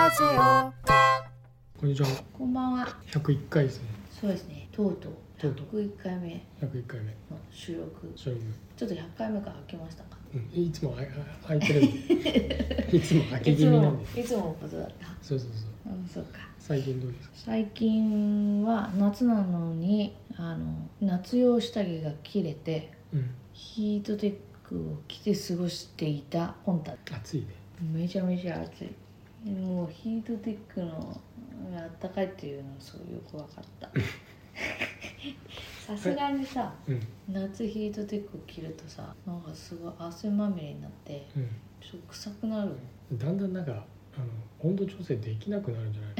こんにちは。 こんばんは。 101回ですね。 そうですね。とうとう101回目 101回目の収録。 ちょっと100回目から開けましたか。 いつも空いてるんでいつも空き気味なんでいつものことだった。 そう。 そうか。 最近どうですか？ 最近は夏なのに夏用下着が切れて、ヒートテックを着て過ごしていた本体。 暑いね。 めちゃめちゃ暑い。もうヒートテックのあったかいっていうのはそうよく分かったさすがにさ、夏ヒートテック着るとさ、なんかすごい汗まみれになって、ちょっと臭くなる。 だんだんなんか温度調整できなくなるんじゃない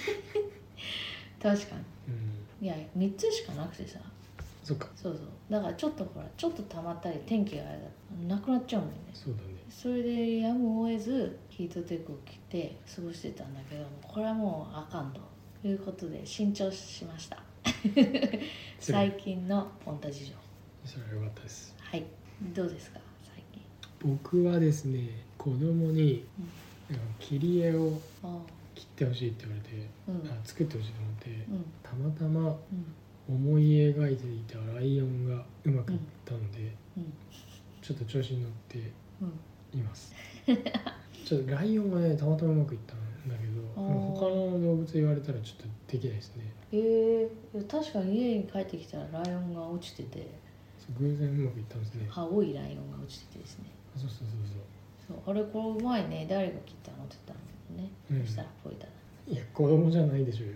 確かに、いや3つしかなくてさ。 そっか。 そうだからちょっと溜まったり天気があれだなくなっちゃうんだよね。 そうだね。 それでやむを得ずヒートテックを着て過ごしてたんだけど、これはもうあかんということで新調しました最近のポンタ事情。 それは良かったです。 はい。どうですか最近？ 僕はですね、子供に、切り絵を切ってほしいって言われて、作ってほしいと思って、たまたま思い描いていたライオンがうまくいったので、ちょっと調子に乗っています、ちょっとライオンがねたまたまうまくいったんだけど、他の動物言われたらちょっとできないですね。 確かに家に帰ってきたらライオンが落ちてて、 偶然うまくいったんですね。 青いライオンが落ちててですね。 そうあれこれうまいね、誰が切ったのって言ったんだよね、そしたらポイタだ。 いや子供じゃないでしょうよ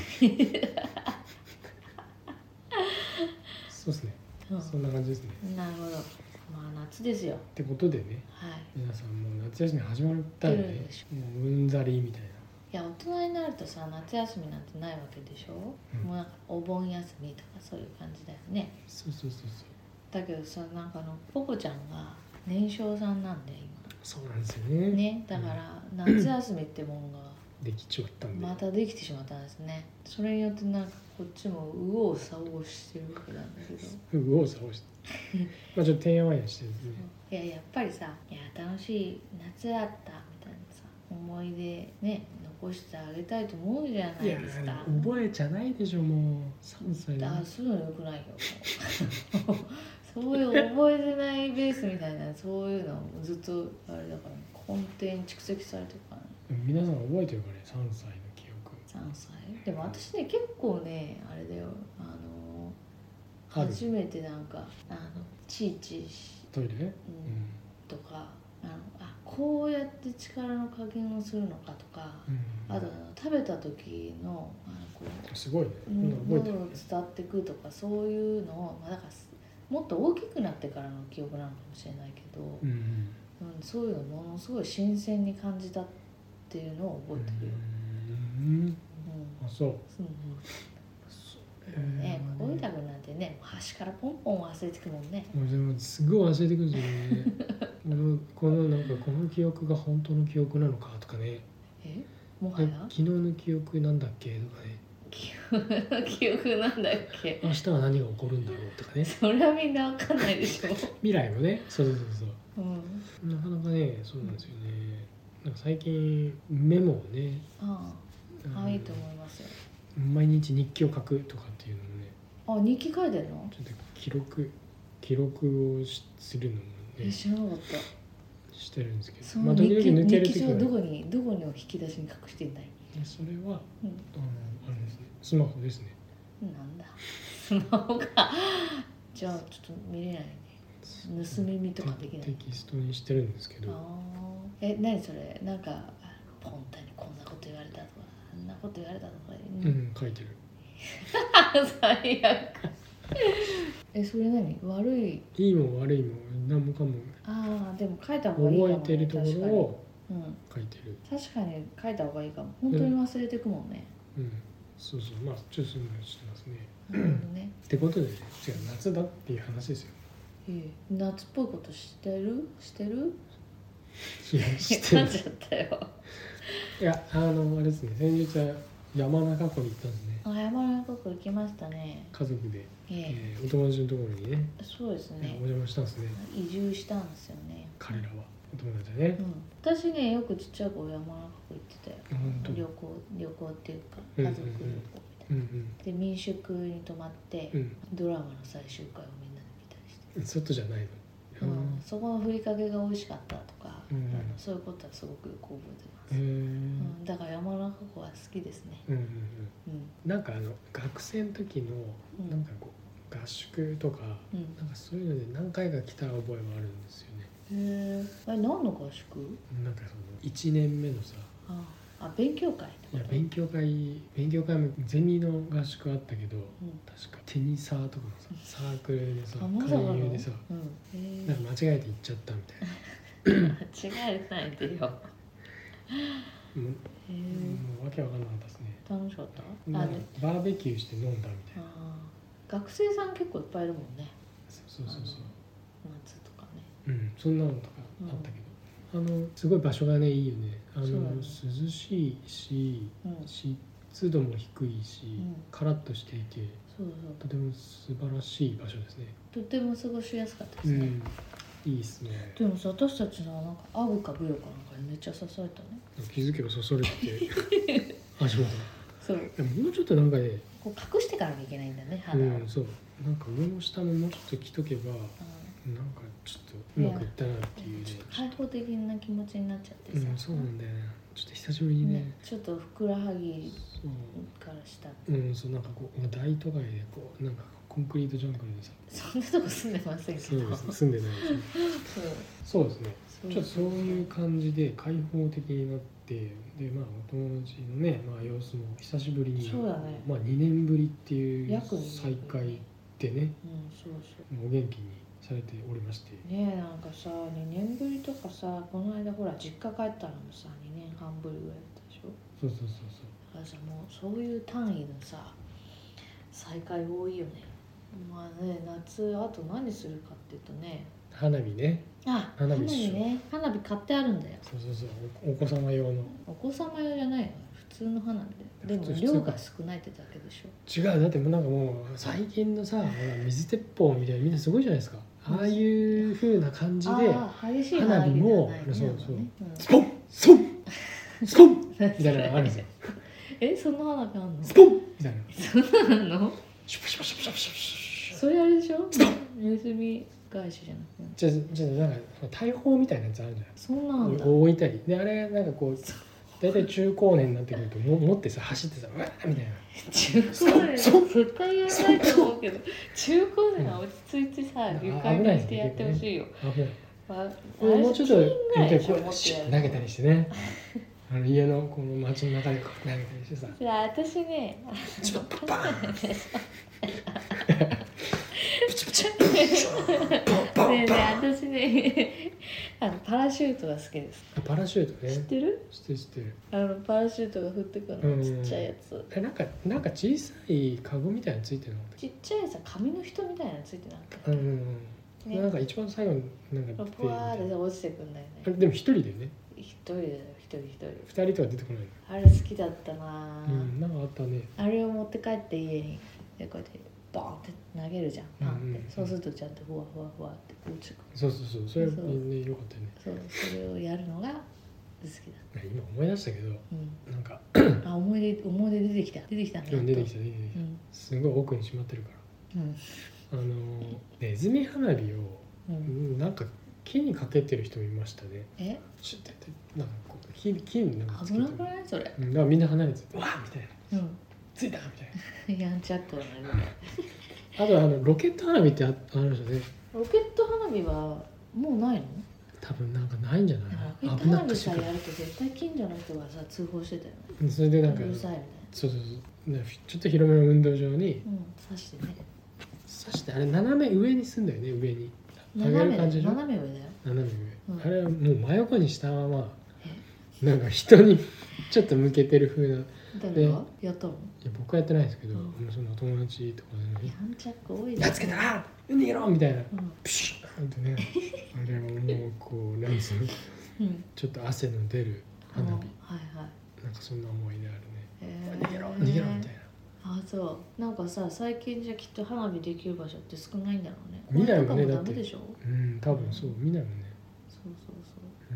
そうですね、そんな感じですね。 なるほど。まあ夏ですよってことでね、皆さんもう夏休み始まったらね、もううんざりみたいな。 いや大人になるとさ、夏休みなんてないわけでしょ、もうなんかお盆休みとかそういう感じだよね。 そうだけどさ、なんかポコちゃんが年少さんなんで今。 そうなんですよね。 だから夏休みってもんができちまったんで、 またできてしまったんですね。それによってなんかこっちも右往左往してるわけなんだけど右往左往してまあちょっとてんやわんやしてですね。 やっぱりさ、楽しい夏だったみたいなさ思い出ね残してあげたいと思うじゃないですか。 覚えちゃないでしょ、もう3歳だからそういうのよくないよそういう覚えてないベースみたいな、そういうのずっとあれだから根底に蓄積されてるからね。 皆さん覚えてるかね、3歳の記憶。 3歳でも私ね結構ねあれだよ、初めてなんかチーチートイレ、 とかこうやって力の加減をするのかとか、あと食べた時のこうすごいね、 喉を伝ってくとか、そういうのを、だからもっと大きくなってからの記憶なのかもしれないけど、そういうのものすごい新鮮に感じたっていうのを覚えてるよ。 あ、そう。 こういうたくなんてね、端からポンポン忘れてくもんね。 もうでもすごい忘れてくるんですよねこの記憶が本当の記憶なのかとかね。 もはや昨日の記憶なんだっけとかね。 記憶なんだっけ、 明日は何が起こるんだろうとかね。 それはみんな分かんないでしょ未来もね。そう、なかなかね、そうなんですよね。なんか最近メモをね、 いいと思いますよ。 毎日日記を書くとかっていうのもね。 日記書いてるの？ ちょっと記録をするのもね。 知らなかった。 してるんですけど、 その日記はどこに引き出しに隠してんだい？ それは、あれですね、スマホですね。 なんだスマホかじゃあちょっと見れないね。盗み見とかできない。 テキストにしてるんですけど。 何それ、なんかポンタにこんなこと言われたとかあんなこと言われたとか、 書いてる最悪それ何？悪い？ いいも悪いも何もかも。 でも書いた方がいいかもね。 覚えてるところを書いてる。 確かに書いた方がいいかも。本当に忘れてくもんね。 そう、まあちょっとそういうのしてますね。 なるほどね。 ってことでね、夏だっていう話ですよ。 夏っぽいことしてる？ いや、してなっちゃったよ。 いや、あれですね、先日は山中湖に行ったんですね。 山中湖行きましたね。 家族で、お友達のところにね。 そうですね。 お邪魔したんですね。 移住したんですよね。 彼らは。 お友達だね、 私ねよくちっちゃい頃山中湖行ってたよ。旅行っていうか家族旅行みたいな、で民宿に泊まって、ドラマの最終回をみんなで見たりして。 外じゃないの？ そこのふりかけが美味しかったとか、そういうことはすごくよく覚えてます。だから山中湖は好きですね。 なんか学生の時のなんかこう合宿とか、なんかそういうので何回か来た覚えはあるんですよね。 あれ何の合宿？ なんかその1年目のさ、 勉強会いや勉強会もゼミの合宿あったけど、確かテニサーとかのさサークルでさ勧誘でさ、なんか間違えて行っちゃったみたいな。 間違えないでよ。 もうわけわかんなかったですね。 楽しかった？ バーベキューして飲んだみたいな。 学生さん結構いっぱいいるもんね。 そう夏とかね。 そんなのとかあったけど、すごい場所がねいいよね。涼しいし、湿度も低いし、カラッとしていて、とても素晴らしい場所ですね。 とても過ごしやすかったですね。 いいですね。 でもさ、私たちのなんかアブかブヨかなんかにめっちゃ刺されたね。 気づけば刺されて足元。 そう。 もうちょっとなんかね、 こう隠してからなきゃいけないんだね、肌を。 そう。なんか上も下ももうちょっと着とけば、なんかちょっとうまくいったなっていうね。 開放的な気持ちになっちゃってさ。 そうなんだよね。ちょっと久しぶりにね。 ちょっとふくらはぎから下。 そうなんかこう大都会でこうなんかコンクリートジャングルでさ。 そんなとこ住んでませんけど。 そうです、住んでないですね。そうですね。ちょっとそういう感じで開放的になって、でお友達のね様子も久しぶりに、 そうだね。 2年ぶりっていう再会でね。お元気にされておりまして。 ねえ、なんかさ2年ぶりとかさ、この間ほら実家帰ったのもさ2年半ぶりぐらいだったでしょ。 そう。 だからさもうそういう単位のさ再会多いよね。夏あと何するかっていうとね、 花火ね。 花火ね。花火買ってあるんだよ。 そうお子様用の。 お子様用じゃないの、普通の花火で。でも量が少ないってだけでしょ。 違う、だってもうなんかもう最近のさ水鉄砲みたいなみんなすごいじゃないですか。ああいう風な感じで花火もスポンスポンスポンみたいなのがあるんですよ。 そんな花火あんの？ スポンみたいな。 そんなの？ シュプシュプシュプシュプシュプシュ。 それあれでしょ？ネズミ返しじゃなくて。 じゃなんか大砲みたいなやつあるじゃん。 そんなんだ。 置いたりで、あれなんかこう大体中高年になってくると持ってさ走ってさうわーみたいな。 中高年絶対やらないと思うけど、中高年は落ち着いてさ床にしてやってほしいよ。 危ない。もうちょっと投げたりしてね。家のこの街の中でこう投げたりしてさ。 じゃあ私ね。 ちょっとバーン。 私ねパラシュートが好きです。 パラシュートね。 知ってる？ 知ってる。 パラシュートが降ってくるの、ちっちゃいやつ。 なんか小さいカゴみたいなのついてるの？ ちっちゃいさ紙の人みたいなのついてなかったっけ？ なんか一番最後になんかポワーで落ちてくんだよね。 でも一人でね。 一人だよ、一人。 二人とは出てこない。 あれ好きだったな。 なんかあったね。 あれを持って帰って家にでこうやってボーンって投げるじゃん。そうするとちゃんとふわって落ちてくる。 そうそれね良かったよね。 そう、それをやるのが好きだ。 今思い出したけど、なんか思い出出てきたね。 出てきた。すごい奥にしまってるから。ネズミ花火をなんか木にかけてる人もいましたね。なんかこう木になんか危なくないそれ？だからみんな離れてて、わーみたいな。ついたみたいな。やんちゃっとなる。 あとロケット花火ってあるんですよね。 ロケット花火はもうないの？ 多分なんかないんじゃない？ ロケット花火さやると絶対近所の人がさ通報してたよね。 それでなんかうるさいみたいな。 そうちょっと広めの運動場に刺してね。 刺してあれ斜め上にすんだよね。上に斜め上だよ。 斜め上。あれはもう真横にしたままなんか人にちょっと向けてる風な。 誰がやったの？ いや僕はやってないですけど、その友達とかでやんちゃっ多いね。 やっつけたら逃げろみたいな、プシューってね。あれはもうこうなんつうの、ちょっと汗の出る花火。なんかそんな思い出あるね。逃げろみたいな。 そうなんかさ最近じゃきっと花火できる場所って少ないんだろうね。 見ないもんね。 だって。 多分そう見ないもんね。 そう。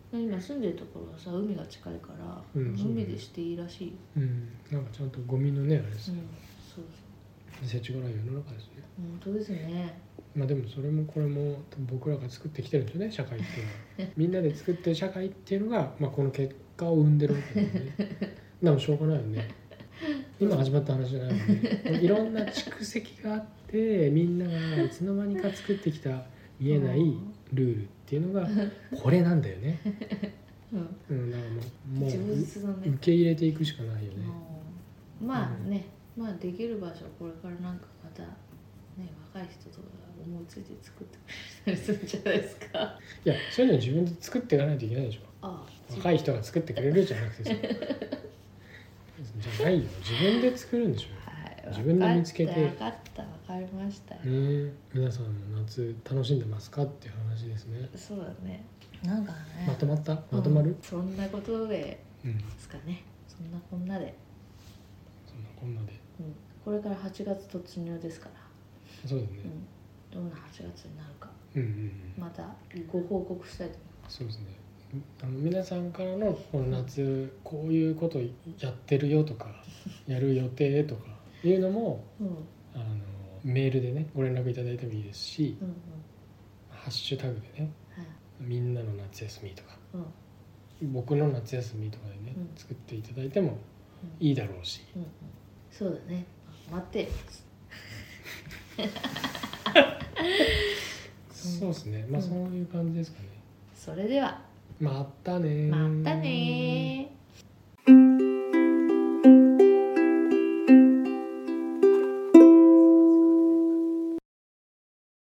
今住んでるところはさ海が近いから、海でしていいらしいよ。 なんかちゃんとゴミのねあれですね、 そう世知辛い世の中ですね。 本当ですね。 まあでもそれもこれも僕らが作ってきてるんですよね、社会っていうのは。みんなで作ってる社会っていうのが、まあ、この結果を生んでるわけですね。でもしょうがないよね。今始まった話じゃないので、いろんな蓄積があってみんながいつの間にか作ってきた見えないルールっていうのがこれなんだよね。だからもう受け入れていくしかないよね。 まあね、まあできる場所これからなんかまたね若い人とか思いついて作ってくれたりするんじゃないですか。 いやそういうの自分で作っていかないといけないでしょ。若い人が作ってくれるじゃなくてさじゃないよ、自分で作るんでしょ。自分で見つけて。 分かりましたよ。 皆さんの夏楽しんでますかっていう話ですね。 そうだね。なんかね。 まとまる？ そんなことですかね。そんなこんなで。これから8月突入ですから。 そうですね。 どんな8月になるか。またご報告したいと思います。 そうですね。皆さんからのこの夏こういうことやってるよとかやる予定とかいうのも、メールでねご連絡いただいてもいいですし、ハッシュタグでね、みんなの夏休みとか、僕の夏休みとかでね、作っていただいてもいいだろうし、 そうだね、待ってそうですね、まあそういう感じですかね。 それではまたね。